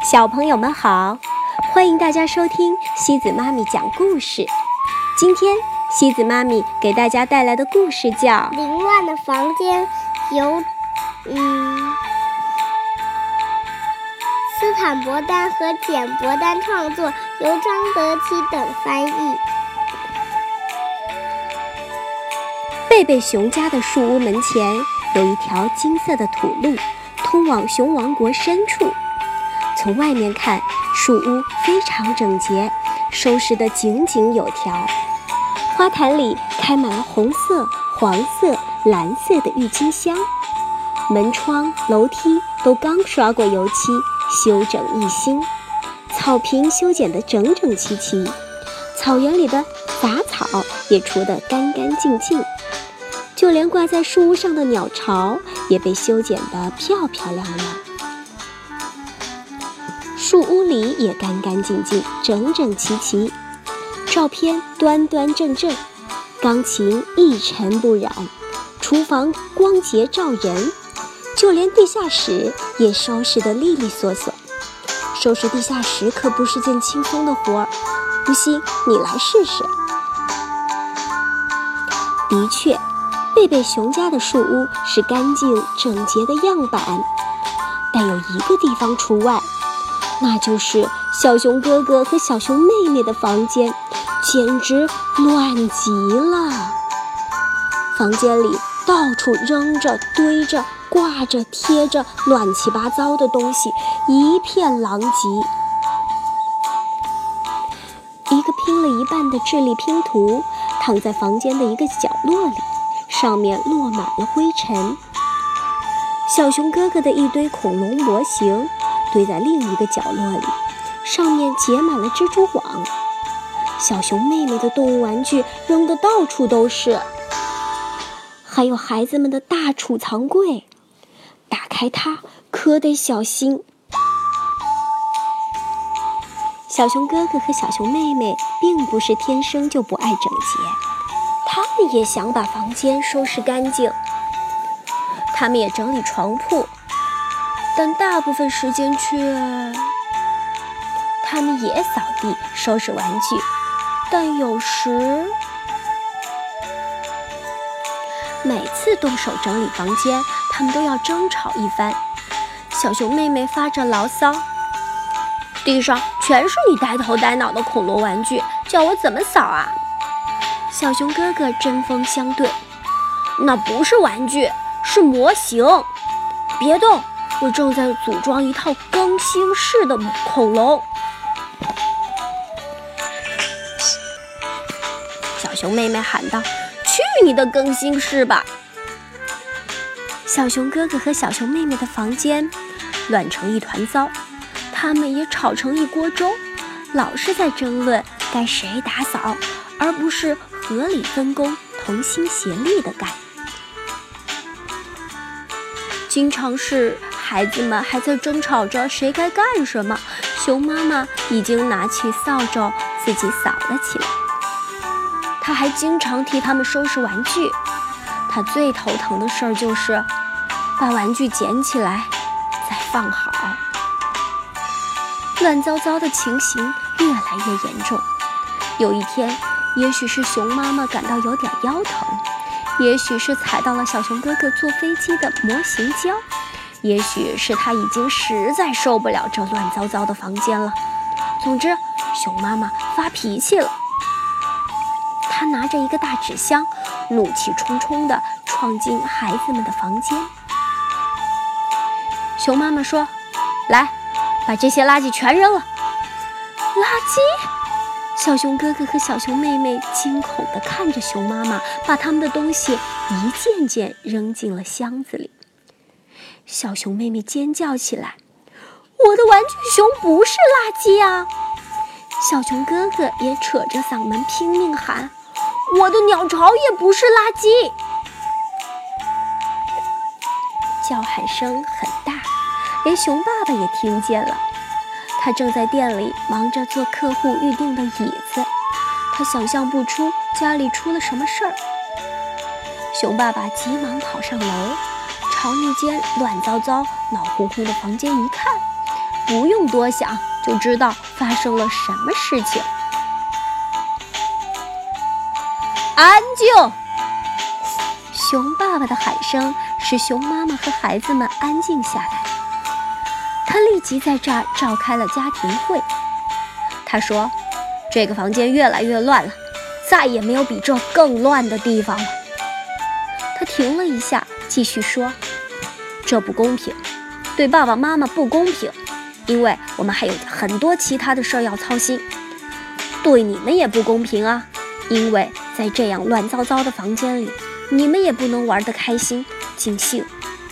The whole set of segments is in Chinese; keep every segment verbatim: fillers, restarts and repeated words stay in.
小朋友们好，欢迎大家收听西子妈咪讲故事。今天西子妈咪给大家带来的故事叫《 凌乱的房间》，由嗯斯坦伯丹和简伯丹创作，由张德奇等翻译。 贝贝熊家的树屋门前有一条金色的土路，通往熊王国深处。从外面看，树屋非常整洁，收拾得井井有条。花坛里开满了红色、黄色、蓝色的郁金香，门窗、楼梯都刚刷过油漆，修整一新。草坪修剪得整整齐齐，草原里的杂草也除得干干净净，就连挂在树屋上的鸟巢也被修剪得漂漂亮亮。树屋里也干干净净，整整齐齐，照片端端正正，钢琴一尘不染，厨房光洁照人，就连地下室也收拾得利利索索。收拾地下室可不是件轻松的活儿，不信你来试试。的确，贝贝熊家的树屋是干净整洁的样板，但有一个地方除外，那就是小熊哥哥和小熊妹妹的房间，简直乱极了。房间里到处扔着、堆着、挂着、贴着乱七八糟的东西，一片狼藉。一个拼了一半的智力拼图躺在房间的一个角落里，上面落满了灰尘。小熊哥哥的一堆恐龙模型堆在另一个角落里，上面结满了蜘蛛网。小熊妹妹的动物玩具扔得到处都是，还有孩子们的大储藏柜，打开它可得小心。小熊哥哥和小熊妹妹并不是天生就不爱整洁，他们也想把房间收拾干净，他们也整理床铺，但大部分时间却……他们也扫地、收拾玩具，但有时……每次动手整理房间，他们都要争吵一番。小熊妹妹发着牢骚：“地上全是你呆头呆脑的恐龙玩具，叫我怎么扫啊？”小熊哥哥针锋相对：“那不是玩具，是模型，别动！我正在组装一套更新式的恐龙。”小熊妹妹喊道：“去你的更新式吧！”小熊哥哥和小熊妹妹的房间乱成一团糟，他们也吵成一锅粥，老是在争论该谁打扫，而不是合理分工、同心协力地干。经常是孩子们还在争吵着谁该干什么，熊妈妈已经拿起扫帚自己扫了起来。她还经常替他们收拾玩具，她最头疼的事儿就是把玩具捡起来再放好。乱糟糟的情形越来越严重。有一天，也许是熊妈妈感到有点腰疼，也许是踩到了小熊哥哥坐飞机的模型胶，也许是他已经实在受不了这乱糟糟的房间了。总之，熊妈妈发脾气了。她拿着一个大纸箱，怒气冲冲地闯进孩子们的房间。熊妈妈说：“来，把这些垃圾全扔了。”垃圾？小熊哥哥和小熊妹妹惊恐地看着熊妈妈把他们的东西一件件扔进了箱子里。小熊妹妹尖叫起来：“我的玩具熊不是垃圾啊！”小熊哥哥也扯着嗓门拼命喊：“我的鸟巢也不是垃圾！”叫喊声很大，连熊爸爸也听见了。他正在店里忙着做客户预定的椅子，他想象不出家里出了什么事儿。熊爸爸急忙跑上楼，朝那间乱糟糟、闹哄哄的房间一看， 不用多想就知道发生了什么事情。安静！熊爸爸的喊声使熊妈妈和孩子们安静下来。他立即在这儿召开了家庭会。他说，这个房间越来越乱了，再也没有比这更乱的地方了。他停了一下，继续说，这不公平，对爸爸妈妈不公平，因为我们还有很多其他的事儿要操心。对你们也不公平啊，因为在这样乱糟糟的房间里，你们也不能玩得开心尽兴。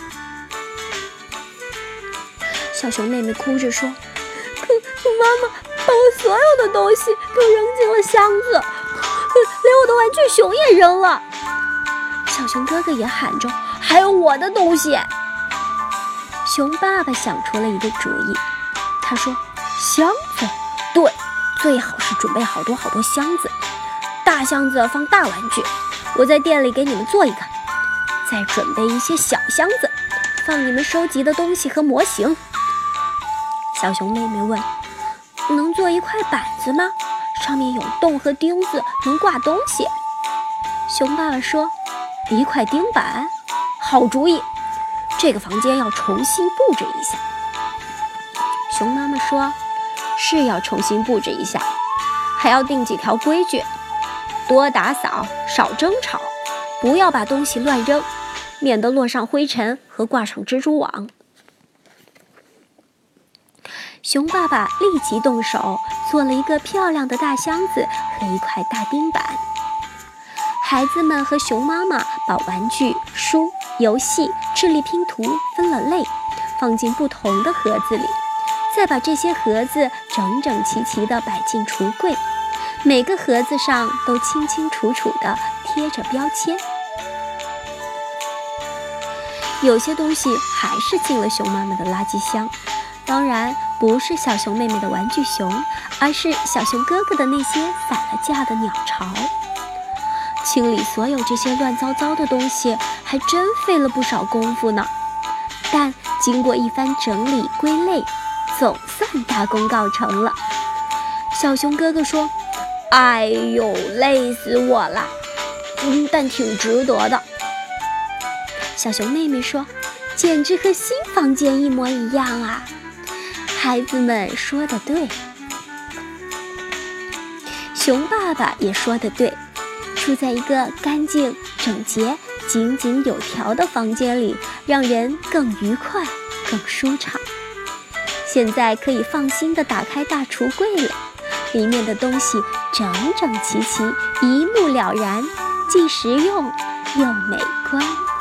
小熊妹妹哭着说，可可妈妈把我所有的东西都扔进了箱子，连我的玩具熊也扔了。小熊哥哥也喊着，还有我的东西。熊爸爸想出了一个主意，他说，箱子，对，最好是准备好多好多箱子，大箱子放大玩具，我在店里给你们做一个，再准备一些小箱子，放你们收集的东西和模型。小熊妹妹问，能做一块板子吗？上面有洞和钉子，能挂东西。熊爸爸说，一块钉板，好主意，这个房间要重新布置一下。熊妈妈说，是要重新布置一下，还要定几条规矩，多打扫，少争吵，不要把东西乱扔，免得落上灰尘和挂上蜘蛛网。熊爸爸立即动手做了一个漂亮的大箱子和一块大钉板。孩子们和熊妈妈把玩具、书、游戏、智力拼图分了类，放进不同的盒子里，再把这些盒子整整齐齐地摆进橱柜，每个盒子上都清清楚楚地贴着标签。有些东西还是进了熊妈妈的垃圾箱，当然不是小熊妹妹的玩具熊，而是小熊哥哥的那些散了架的鸟巢。清理所有这些乱糟糟的东西还真费了不少功夫呢，但经过一番整理归类，总算大功告成了。小熊哥哥说，哎呦，累死我了，嗯，但挺值得的。小熊妹妹说，简直和新房间一模一样啊。孩子们说得对，熊爸爸也说得对，住在一个干净、整洁、井井有条的房间里，让人更愉快、更舒畅。现在可以放心地打开大橱柜了，里面的东西整整齐齐，一目了然，既实用又美观。